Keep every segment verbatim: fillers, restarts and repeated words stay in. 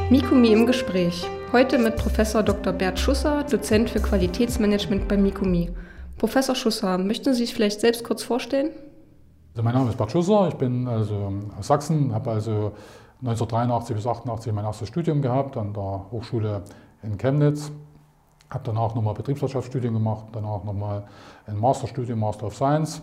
Mikomi im Gespräch. Heute mit Professor Doktor Bert Schusser, Dozent für Qualitätsmanagement bei Mikomi. Professor Schusser, möchten Sie sich vielleicht selbst kurz vorstellen? Also mein Name ist Bert Schusser, ich bin also aus Sachsen, habe also neunzehnhundertdreiundachtzig bis achtundachtzig mein erstes Studium gehabt an der Hochschule in Chemnitz. Habe danach nochmal Betriebswirtschaftsstudium gemacht, danach nochmal ein Masterstudium, Master of Science.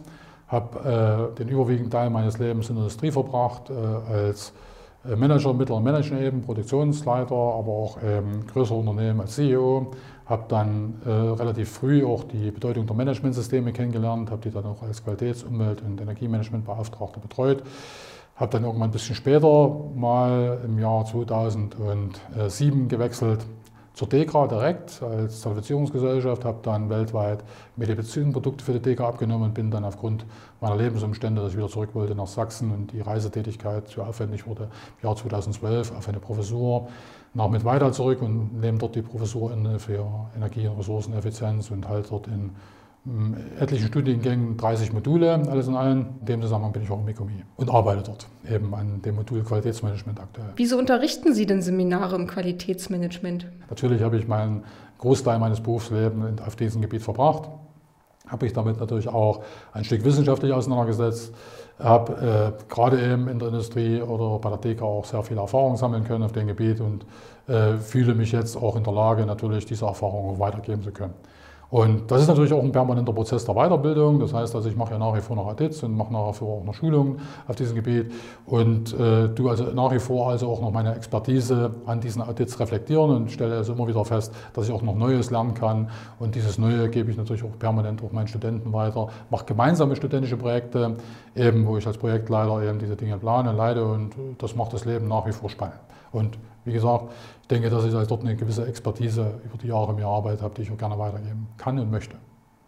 Habe äh, den überwiegenden Teil meines Lebens in der Industrie verbracht, äh, als Manager mittlerer Management-Ebene, Produktionsleiter, aber auch ähm, größere Unternehmen als C E O. Habe dann äh, relativ früh auch die Bedeutung der Managementsysteme kennengelernt, habe die dann auch als Qualitäts-, Umwelt- und Energiemanagementbeauftragter betreut. Habe dann irgendwann ein bisschen später, mal im Jahr zweitausendsieben, gewechselt zur DEKRA direkt als Zertifizierungsgesellschaft, habe dann weltweit Medizinprodukte für die DEKRA abgenommen und bin dann aufgrund meiner Lebensumstände, dass ich wieder zurück wollte nach Sachsen und die Reisetätigkeit zu aufwendig wurde, im Jahr zweitausendzwölf auf eine Professur nach Mittweida zurück und nehme dort die Professur inne für Energie- und Ressourceneffizienz und halt dort in etlichen Studiengängen dreißig Module, alles in allem. In dem Zusammenhang bin ich auch im Mikomi und arbeite dort eben an dem Modul Qualitätsmanagement aktuell. Wieso unterrichten Sie denn Seminare im Qualitätsmanagement? Natürlich habe ich meinen Großteil meines Berufslebens auf diesem Gebiet verbracht. Habe ich damit natürlich auch ein Stück wissenschaftlich auseinandergesetzt. Habe äh, gerade eben in der Industrie oder bei der DEKRA auch sehr viel Erfahrung sammeln können auf dem Gebiet und äh, fühle mich jetzt auch in der Lage, natürlich diese Erfahrung auch weitergeben zu können. Und das ist natürlich auch ein permanenter Prozess der Weiterbildung. Das heißt, also ich mache ja nach wie vor noch Audits und mache nach wie vor auch noch Schulungen auf diesem Gebiet und äh, tue also nach wie vor also auch noch meine Expertise an diesen Audits reflektieren und stelle also immer wieder fest, dass ich auch noch Neues lernen kann. Und dieses Neue gebe ich natürlich auch permanent auch meinen Studenten weiter. Mache gemeinsame studentische Projekte, eben wo ich als Projektleiter eben diese Dinge plane, leite und das macht das Leben nach wie vor spannend. Und wie gesagt, ich denke, dass ich also dort eine gewisse Expertise über die Jahre mehr Arbeit habe, die ich auch gerne weitergeben kann und möchte.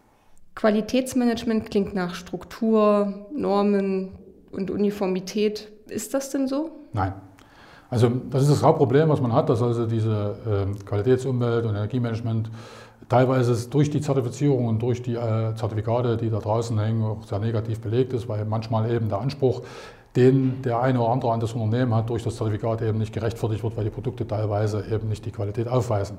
Qualitätsmanagement klingt nach Struktur, Normen und Uniformität. Ist das denn so? Nein. Also das ist das Hauptproblem, was man hat, dass also diese äh, Qualitäts-, Umwelt- und Energiemanagement teilweise durch die Zertifizierung und durch die äh, Zertifikate, die da draußen hängen, auch sehr negativ belegt ist, weil manchmal eben der Anspruch, den der eine oder andere an das Unternehmen hat, durch das Zertifikat eben nicht gerechtfertigt wird, weil die Produkte teilweise eben nicht die Qualität aufweisen.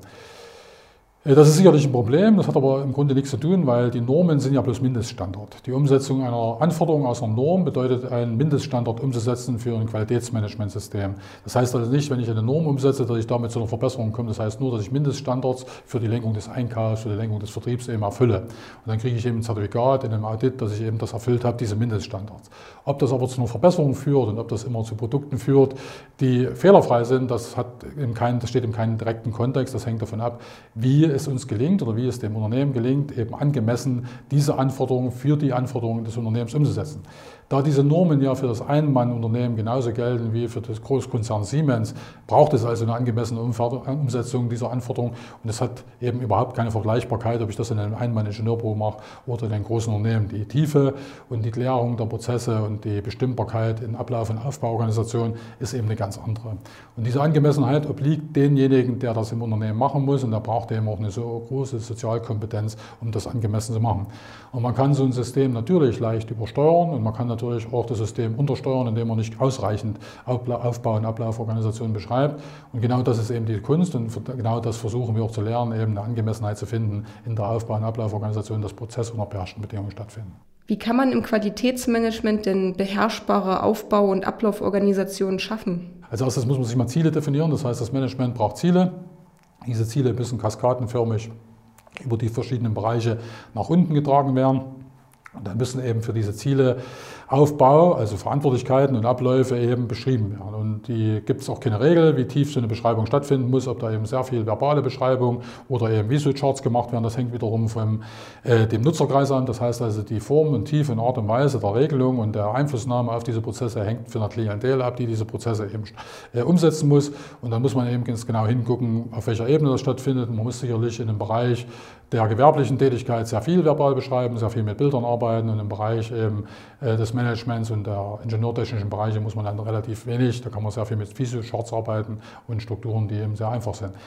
Das ist sicherlich ein Problem, das hat aber im Grunde nichts zu tun, weil die Normen sind ja bloß Mindeststandard. Die Umsetzung einer Anforderung aus einer Norm bedeutet, einen Mindeststandard umzusetzen für ein Qualitätsmanagementsystem. Das heißt also nicht, wenn ich eine Norm umsetze, dass ich damit zu einer Verbesserung komme. Das heißt nur, dass ich Mindeststandards für die Lenkung des Einkaufs, für die Lenkung des Vertriebs eben erfülle. Und dann kriege ich eben ein Zertifikat in einem Audit, dass ich eben das erfüllt habe, diese Mindeststandards. Ob das aber zu einer Verbesserung führt und ob das immer zu Produkten führt, die fehlerfrei sind, das, hat eben keinen, das steht in keinem direkten Kontext. Das hängt davon ab, wie es uns gelingt oder wie es dem Unternehmen gelingt, eben angemessen diese Anforderungen für die Anforderungen des Unternehmens umzusetzen. Da diese Normen ja für das Ein-Mann-Unternehmen genauso gelten wie für das Großkonzern Siemens, braucht es also eine angemessene Umsetzung dieser Anforderungen. Und es hat eben überhaupt keine Vergleichbarkeit, ob ich das in einem Ein-Mann-Ingenieurbüro mache oder in einem großen Unternehmen. Die Tiefe und die Klärung der Prozesse und die Bestimmbarkeit in Ablauf- und Aufbauorganisation ist eben eine ganz andere. Und diese Angemessenheit obliegt denjenigen, der das im Unternehmen machen muss, und der braucht eben auch eine so große Sozialkompetenz, um das angemessen zu machen. Und man kann so ein System natürlich leicht übersteuern und man kann natürlich auch das System untersteuern, indem man nicht ausreichend Aufbau- und Ablauforganisation beschreibt. Und genau das ist eben die Kunst und genau das versuchen wir auch zu lernen, eben eine Angemessenheit zu finden in der Aufbau- und Ablauforganisation, dass Prozesse unter beherrschten Bedingungen stattfinden. Wie kann man im Qualitätsmanagement denn beherrschbare Aufbau- und Ablauforganisationen schaffen? Als erstes muss man sich mal Ziele definieren. Das heißt, das Management braucht Ziele. Diese Ziele müssen kaskadenförmig über die verschiedenen Bereiche nach unten getragen werden. Und dann müssen eben für diese Ziele Aufbau, also Verantwortlichkeiten und Abläufe eben beschrieben werden. Und die gibt es auch keine Regel, wie tief so eine Beschreibung stattfinden muss, ob da eben sehr viel verbale Beschreibung oder eben Visual-Charts gemacht werden. Das hängt wiederum von äh, dem Nutzerkreis an. Das heißt also, die Form und Tiefe und Art und Weise der Regelung und der Einflussnahme auf diese Prozesse hängt von der Klientel ab, die diese Prozesse eben äh, umsetzen muss. Und dann muss man eben ganz genau hingucken, auf welcher Ebene das stattfindet. Man muss sicherlich in einem Bereich der gewerblichen Tätigkeit sehr viel verbal beschreiben, sehr viel mit Bildern arbeiten, und im Bereich eben äh, des Managements und der ingenieurtechnischen Bereiche muss man dann relativ wenig, da kann man sehr viel mit Visual-Charts arbeiten und Strukturen, die eben sehr einfach sind.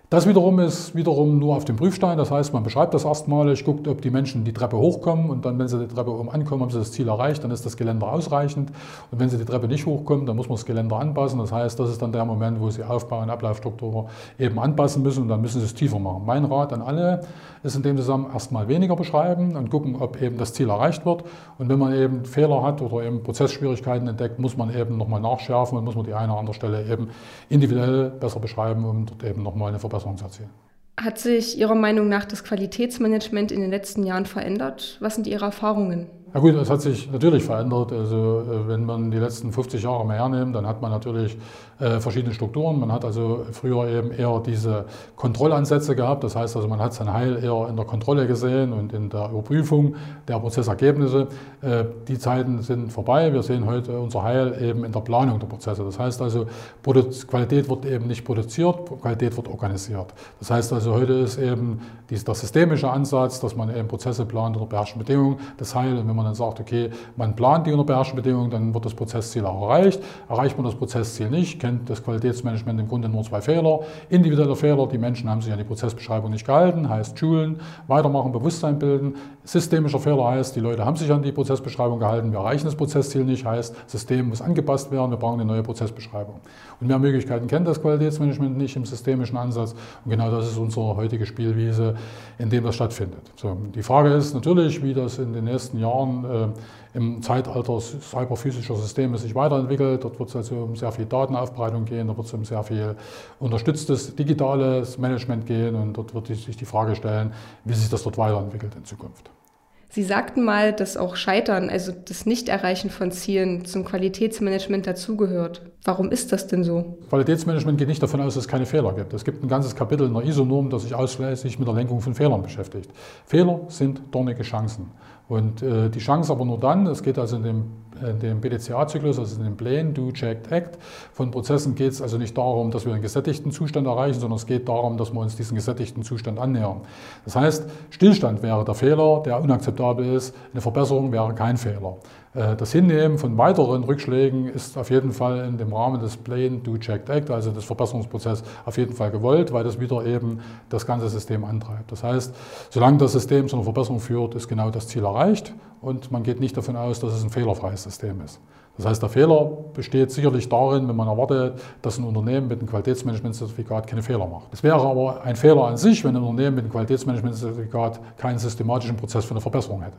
Das wiederum ist wiederum nur auf dem Prüfstein, das heißt, man beschreibt das erstmalig, guckt, ob die Menschen die Treppe hochkommen und dann, wenn sie die Treppe oben ankommen, haben sie das Ziel erreicht, dann ist das Geländer ausreichend und wenn sie die Treppe nicht hochkommen, dann muss man das Geländer anpassen, das heißt, das ist dann der Moment, wo sie Aufbau- und Ablaufstruktur eben anpassen müssen und dann müssen sie es tiefer machen. Mein Rat an alle ist in dem Zusammenhang erstmal weniger beschreiben und gucken, ob eben das Ziel erreicht wird und wenn man eben Fehler hat oder eben Prozessschwierigkeiten entdeckt, muss man eben nochmal nachschärfen und muss man die eine oder andere Stelle eben individuell besser beschreiben, um dort eben nochmal eine Verbesserung zu erzielen. Hat sich Ihrer Meinung nach das Qualitätsmanagement in den letzten Jahren verändert? Was sind Ihre Erfahrungen? Ja gut, es hat sich natürlich verändert. Also wenn man die letzten fünfzig Jahre mehr hernimmt, dann hat man natürlich äh, verschiedene Strukturen. Man hat also früher eben eher diese Kontrollansätze gehabt. Das heißt also, man hat sein Heil eher in der Kontrolle gesehen und in der Überprüfung der Prozessergebnisse. Äh, die Zeiten sind vorbei. Wir sehen heute unser Heil eben in der Planung der Prozesse. Das heißt also, Qualität wird eben nicht produziert, Qualität wird organisiert. Das heißt also, heute ist eben dies, der systemische Ansatz, dass man eben Prozesse plant unter beherrschten Bedingungen, das Heil. Und wenn man dann sagt, okay, man plant die unter beherrschten Bedingungen, dann wird das Prozessziel auch erreicht. Erreicht man das Prozessziel nicht, kennt das Qualitätsmanagement im Grunde nur zwei Fehler. Individuelle Fehler, die Menschen haben sich an die Prozessbeschreibung nicht gehalten, heißt schulen, weitermachen, Bewusstsein bilden. Systemischer Fehler heißt, die Leute haben sich an die Prozessbeschreibung gehalten, wir erreichen das Prozessziel nicht, heißt, das System muss angepasst werden, wir brauchen eine neue Prozessbeschreibung. Und mehr Möglichkeiten kennt das Qualitätsmanagement nicht im systemischen Ansatz und genau das ist unsere heutige Spielwiese, in dem das stattfindet. So, die Frage ist natürlich, wie das in den nächsten Jahren äh, im Zeitalter cyberphysischer Systeme sich weiterentwickelt. Dort wird es also um sehr viel Datenaufbereitung gehen, dort wird es um sehr viel unterstütztes digitales Management gehen und dort wird sich die Frage stellen, wie sich das dort weiterentwickelt in Zukunft. Sie sagten mal, dass auch Scheitern, also das Nichterreichen von Zielen, zum Qualitätsmanagement dazugehört. Warum ist das denn so? Qualitätsmanagement geht nicht davon aus, dass es keine Fehler gibt. Es gibt ein ganzes Kapitel in der I S O-Norm, das sich ausschließlich mit der Lenkung von Fehlern beschäftigt. Fehler sind dornige Chancen. Und äh, die Chance aber nur dann, es geht also in dem, in dem P D C A-Zyklus, also in dem Plan, Do, Check, Act, von Prozessen geht es also nicht darum, dass wir einen gesättigten Zustand erreichen, sondern es geht darum, dass wir uns diesen gesättigten Zustand annähern. Das heißt, Stillstand wäre der Fehler, der unakzeptabel ist, eine Verbesserung wäre kein Fehler. Das Hinnehmen von weiteren Rückschlägen ist auf jeden Fall in dem Rahmen des Plan, Do, Check, Act, also des Verbesserungsprozesses, auf jeden Fall gewollt, weil das wieder eben das ganze System antreibt. Das heißt, solange das System zu einer Verbesserung führt, ist genau das Ziel erreicht und man geht nicht davon aus, dass es ein fehlerfreies System ist. Das heißt, der Fehler besteht sicherlich darin, wenn man erwartet, dass ein Unternehmen mit einem Qualitätsmanagementzertifikat keine Fehler macht. Es wäre aber ein Fehler an sich, wenn ein Unternehmen mit einem Qualitätsmanagementzertifikat keinen systematischen Prozess für eine Verbesserung hätte.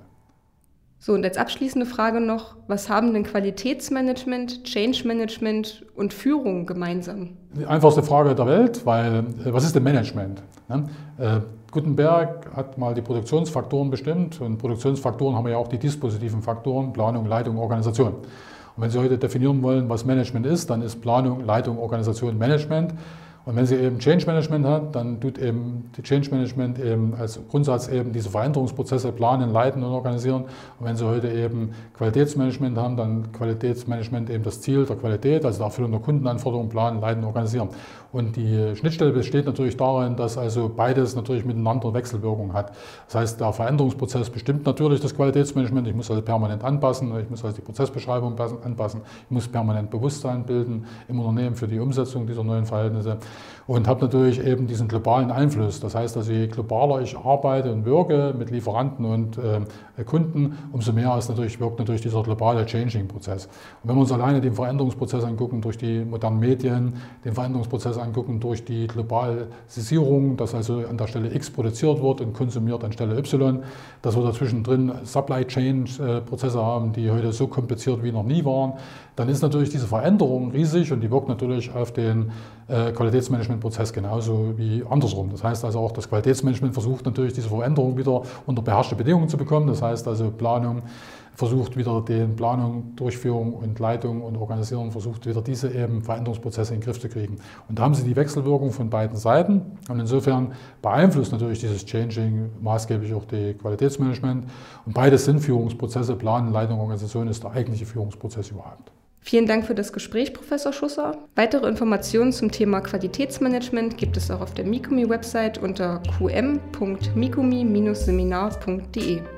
So, und als abschließende Frage noch, was haben denn Qualitätsmanagement, Change Management und Führung gemeinsam? Die einfachste Frage der Welt, weil was ist denn Management? Ne? Äh, Gutenberg hat mal die Produktionsfaktoren bestimmt und Produktionsfaktoren haben wir ja auch die dispositiven Faktoren, Planung, Leitung, Organisation. Und wenn Sie heute definieren wollen, was Management ist, dann ist Planung, Leitung, Organisation Management. Und wenn Sie eben Change Management hat, dann tut eben die Change Management eben als Grundsatz eben diese Veränderungsprozesse planen, leiten und organisieren. Und wenn Sie heute eben Qualitätsmanagement haben, dann Qualitätsmanagement eben das Ziel der Qualität, also der Erfüllung der Kundenanforderungen, planen, leiten und organisieren. Und die Schnittstelle besteht natürlich darin, dass also beides natürlich miteinander Wechselwirkung hat. Das heißt, der Veränderungsprozess bestimmt natürlich das Qualitätsmanagement. Ich muss also permanent anpassen, ich muss also die Prozessbeschreibung anpassen, ich muss permanent Bewusstsein bilden im Unternehmen für die Umsetzung dieser neuen Verhältnisse. Und habe natürlich eben diesen globalen Einfluss. Das heißt, also je globaler ich arbeite und wirke mit Lieferanten und äh, Kunden, umso mehr ist natürlich, wirkt natürlich dieser globale Changing-Prozess. Und wenn wir uns alleine den Veränderungsprozess angucken durch die modernen Medien, den Veränderungsprozess angucken durch die Globalisierung, dass also an der Stelle X produziert wird und konsumiert an Stelle Y, dass wir dazwischen drin Supply Chain-Prozesse haben, die heute so kompliziert wie noch nie waren, dann ist natürlich diese Veränderung riesig und die wirkt natürlich auf den äh, Qualitätsmanagementprozess genauso wie andersrum. Das heißt also auch, das Qualitätsmanagement versucht natürlich diese Veränderung wieder unter beherrschte Bedingungen zu bekommen. Das heißt also Planung versucht wieder den Planung, Durchführung und Leitung und Organisierung, versucht wieder diese eben Veränderungsprozesse in den Griff zu kriegen. Und da haben Sie die Wechselwirkung von beiden Seiten und insofern beeinflusst natürlich dieses Changing maßgeblich auch die Qualitätsmanagement und beides sind Führungsprozesse, Planen, Leitung, Organisation ist der eigentliche Führungsprozess überhaupt. Vielen Dank für das Gespräch, Professor Schusser. Weitere Informationen zum Thema Qualitätsmanagement gibt es auch auf der Mikomi-Website unter q m punkt mikomi Bindestrich seminar punkt de.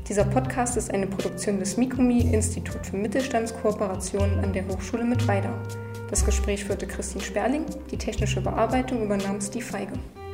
Dieser Podcast ist eine Produktion des Mikomi, Institut für Mittelstandskooperationen an der Hochschule Mittweida. Das Gespräch führte Christine Sperling, die technische Bearbeitung übernahm Steve Feige.